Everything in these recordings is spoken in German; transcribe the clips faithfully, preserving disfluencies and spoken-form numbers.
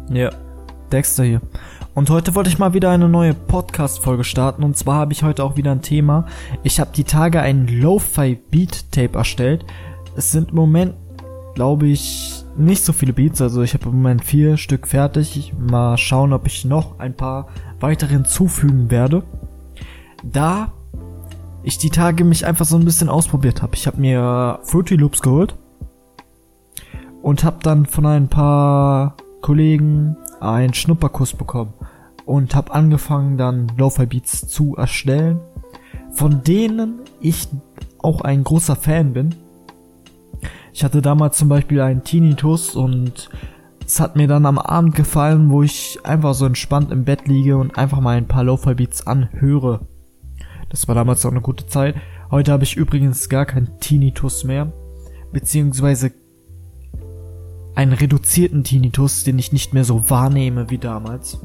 Ja, Dexter hier. Und heute wollte ich mal wieder eine neue Podcast-Folge starten. Und zwar habe ich heute auch wieder ein Thema. Ich habe die Tage ein Lo-Fi-Beat-Tape erstellt. Es sind im Moment, glaube ich, nicht so viele Beats. Also ich habe im Moment vier Stück fertig. Ich mal schauen, ob ich noch ein paar weitere hinzufügen werde. Da ich die Tage mich einfach so ein bisschen ausprobiert habe. Ich habe mir Fruity Loops geholt. Und habe dann von ein paar Kollegen einen Schnupperkurs bekommen und habe angefangen dann Lo-Fi-Beats zu erstellen, von denen ich auch ein großer Fan bin. Ich hatte damals zum Beispiel einen Tinnitus und es hat mir dann am Abend gefallen, wo ich einfach so entspannt im Bett liege und einfach mal ein paar Lo-Fi-Beats anhöre. Das war damals auch eine gute Zeit. Heute habe ich übrigens gar keinen Tinnitus mehr, beziehungsweise einen reduzierten Tinnitus, den ich nicht mehr so wahrnehme wie damals.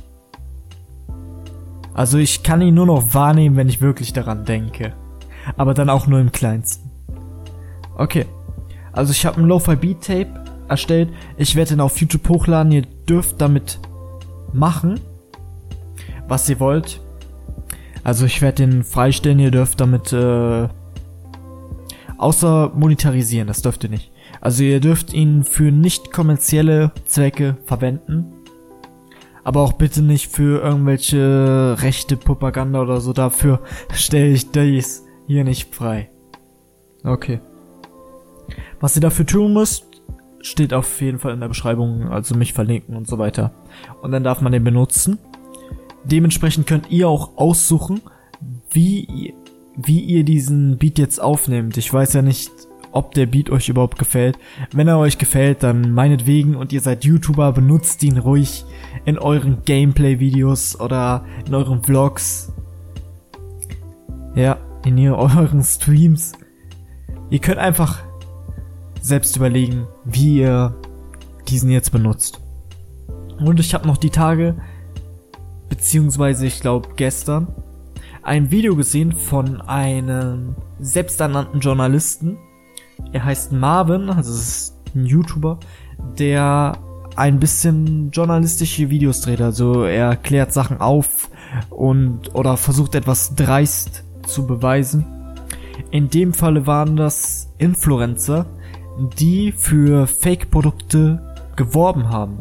Also ich kann ihn nur noch wahrnehmen, wenn ich wirklich daran denke. Aber dann auch nur im Kleinsten. Okay. Also ich habe ein Lo-Fi-Beat-Tape erstellt. Ich werde ihn auf YouTube hochladen. Ihr dürft damit machen, was ihr wollt. Also ich werde den freistellen. Ihr dürft damit äh, außer monetarisieren. Das dürft ihr nicht. Also ihr dürft ihn für nicht kommerzielle Zwecke verwenden. Aber auch bitte nicht für irgendwelche rechte Propaganda oder so. Dafür stelle ich dies hier nicht frei. Okay. Was ihr dafür tun müsst, steht auf jeden Fall in der Beschreibung. Also mich verlinken und so weiter. Und dann darf man den benutzen. Dementsprechend könnt ihr auch aussuchen, wie, wie ihr diesen Beat jetzt aufnehmt. Ich weiß ja nicht, ob der Beat euch überhaupt gefällt. Wenn er euch gefällt, dann meinetwegen und ihr seid YouTuber, benutzt ihn ruhig in euren Gameplay-Videos oder in euren Vlogs. Ja, in euren Streams. Ihr könnt einfach selbst überlegen, wie ihr diesen jetzt benutzt. Und ich habe noch die Tage, beziehungsweise ich glaube gestern, ein Video gesehen von einem selbsternannten Journalisten. Er heißt Marvin, also es ist ein YouTuber, der ein bisschen journalistische Videos dreht. Also er klärt Sachen auf und oder versucht etwas dreist zu beweisen. In dem Falle waren das Influencer, die für Fake-Produkte geworben haben.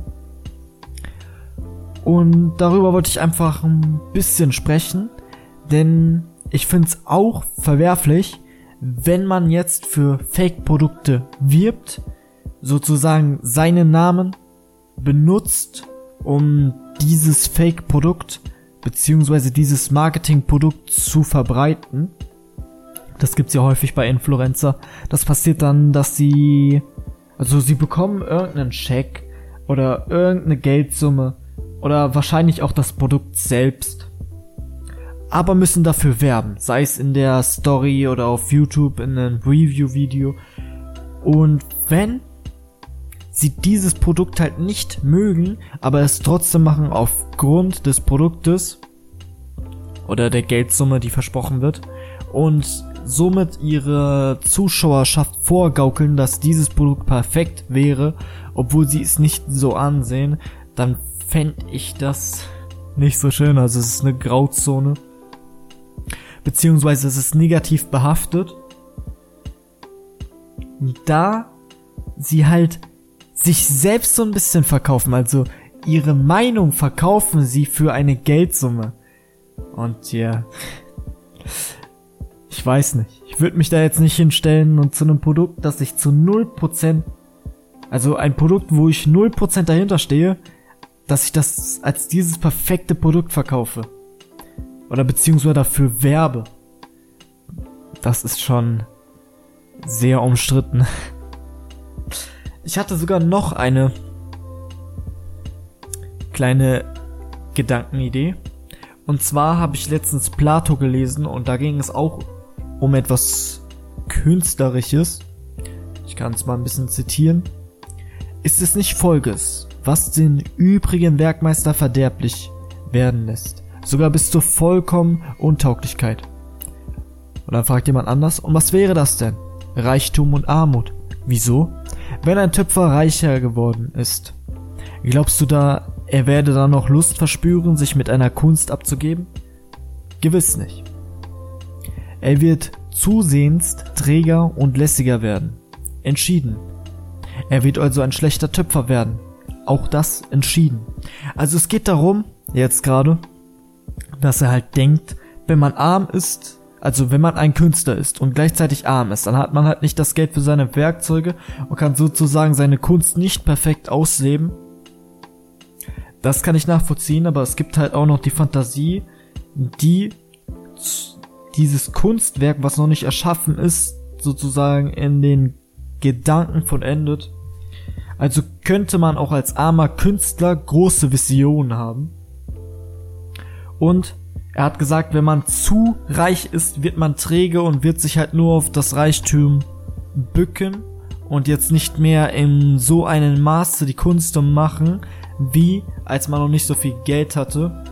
Und darüber wollte ich einfach ein bisschen sprechen, denn ich finde es auch verwerflich, wenn man jetzt für Fake-Produkte wirbt, sozusagen seinen Namen benutzt, um dieses Fake-Produkt beziehungsweise dieses Marketing-Produkt zu verbreiten. Das gibt's ja häufig bei Influencer. Das passiert dann, dass sie, also sie bekommen irgendeinen Scheck oder irgendeine Geldsumme oder wahrscheinlich auch das Produkt selbst, aber müssen dafür werben, sei es in der Story oder auf YouTube in einem Review-Video. Und wenn sie dieses Produkt halt nicht mögen, aber es trotzdem machen aufgrund des Produktes oder der Geldsumme, die versprochen wird, und somit ihre Zuschauerschaft vorgaukeln, dass dieses Produkt perfekt wäre, obwohl sie es nicht so ansehen, dann fände ich das nicht so schön. Also es ist eine Grauzone. Beziehungsweise es ist negativ behaftet, da sie halt sich selbst so ein bisschen verkaufen, also ihre Meinung verkaufen sie für eine Geldsumme. Und ja, ich weiß nicht, ich würde mich da jetzt nicht hinstellen und zu einem Produkt, das ich zu null Prozent, also ein Produkt, wo ich null Prozent dahinter stehe, dass ich das als dieses perfekte Produkt verkaufe. Oder beziehungsweise dafür werbe. Das ist schon sehr umstritten. Ich hatte sogar noch eine kleine Gedankenidee. Und zwar habe ich letztens Plato gelesen und da ging es auch um etwas Künstlerisches. Ich kann es mal ein bisschen zitieren. Ist es nicht Folgendes, was den übrigen Werkmeister verderblich werden lässt? Sogar bis zur vollkommenen Untauglichkeit. Und dann fragt jemand anders, und was wäre das denn? Reichtum und Armut. Wieso? Wenn ein Töpfer reicher geworden ist, Glaubst du da, er werde da noch Lust verspüren, sich mit einer Kunst abzugeben? Gewiss nicht. Er wird zusehends träger und lässiger werden. Entschieden. Er wird also ein schlechter Töpfer werden. Auch das entschieden. Also es geht darum, jetzt gerade, dass er halt denkt, wenn man arm ist, also wenn man ein Künstler ist und gleichzeitig arm ist, dann hat man halt nicht das Geld für seine Werkzeuge und kann sozusagen seine Kunst nicht perfekt ausleben. Das kann ich nachvollziehen, aber es gibt halt auch noch die Fantasie, die dieses Kunstwerk, was noch nicht erschaffen ist, sozusagen in den Gedanken vollendet. Also könnte man auch als armer Künstler große Visionen haben. Und er hat gesagt, wenn man zu reich ist, wird man träge und wird sich halt nur auf das Reichtum bücken und jetzt nicht mehr in so einem Maße die Kunst machen, wie als man noch nicht so viel Geld hatte.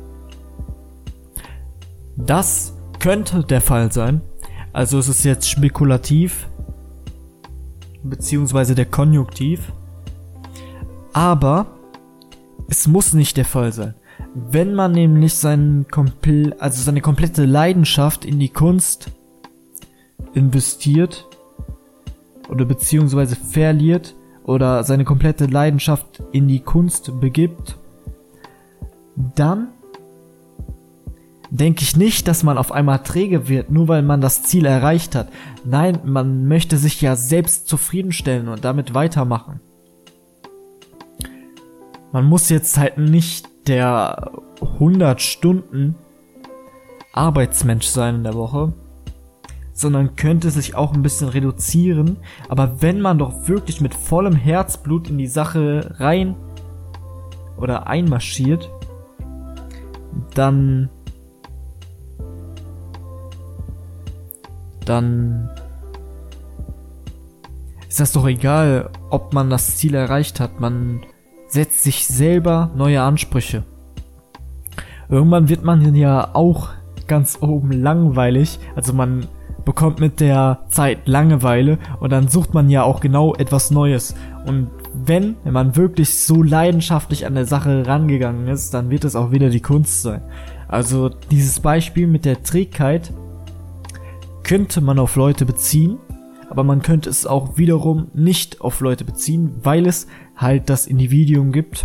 Das könnte der Fall sein. Also es ist jetzt spekulativ, beziehungsweise der Konjunktiv. Aber es muss nicht der Fall sein. Wenn man nämlich seinen kompl- also seine komplette Leidenschaft in die Kunst investiert oder beziehungsweise verliert oder seine komplette Leidenschaft in die Kunst begibt, dann denke ich nicht, dass man auf einmal träge wird, nur weil man das Ziel erreicht hat. Nein, man möchte sich ja selbst zufriedenstellen und damit weitermachen. Man muss jetzt halt nicht der hundert Stunden Arbeitsmensch sein in der Woche, sondern könnte sich auch ein bisschen reduzieren. Aber wenn man doch wirklich mit vollem Herzblut in die Sache rein oder einmarschiert, dann dann ist das doch egal, ob man das Ziel erreicht hat. Man setzt sich selber neue Ansprüche. Irgendwann wird man ja auch ganz oben langweilig, also man bekommt mit der Zeit Langeweile und dann sucht man ja auch genau etwas Neues. Und wenn, wenn man wirklich so leidenschaftlich an der Sache rangegangen ist, dann wird es auch wieder die Kunst sein. Also dieses Beispiel mit der Trägheit könnte man auf Leute beziehen, aber man könnte es auch wiederum nicht auf Leute beziehen, weil es halt das Individuum gibt.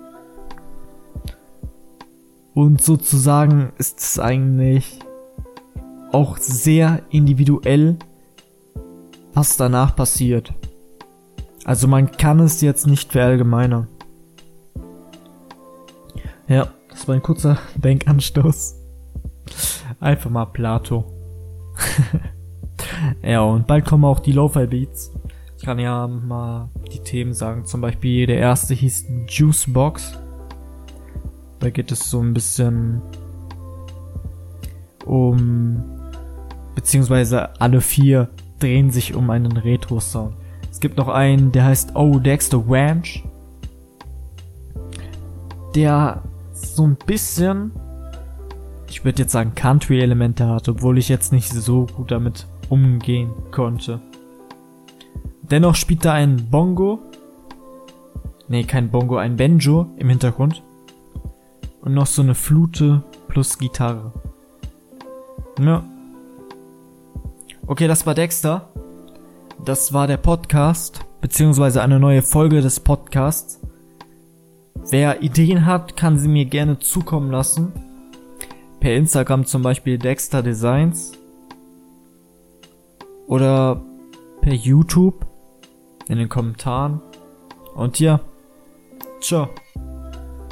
Und sozusagen ist es eigentlich auch sehr individuell, was danach passiert. Also man kann es jetzt nicht verallgemeinern. Ja, das war ein kurzer Denkanstoß. Einfach mal Plato. Ja, und bald kommen auch die Lo-Fi-Beats. Ich kann ja mal die Themen sagen. Zum Beispiel der erste hieß Juicebox. Da geht es so ein bisschen um, beziehungsweise alle vier drehen sich um einen Retro-Sound. Es gibt noch einen, der heißt Oh Dexter Ranch. Der so ein bisschen, ich würde jetzt sagen Country-Elemente hat, obwohl ich jetzt nicht so gut damit umgehen konnte. Dennoch spielt da ein Bongo, nee, kein Bongo, ein Banjo im Hintergrund und noch so eine Flute plus Gitarre. Ja. Okay, das war Dexter. Das war der Podcast, beziehungsweise eine neue Folge des Podcasts. Wer Ideen hat, kann sie mir gerne zukommen lassen. Per Instagram zum Beispiel Dexter Designs. Oder per YouTube in den Kommentaren. Und ja, ciao.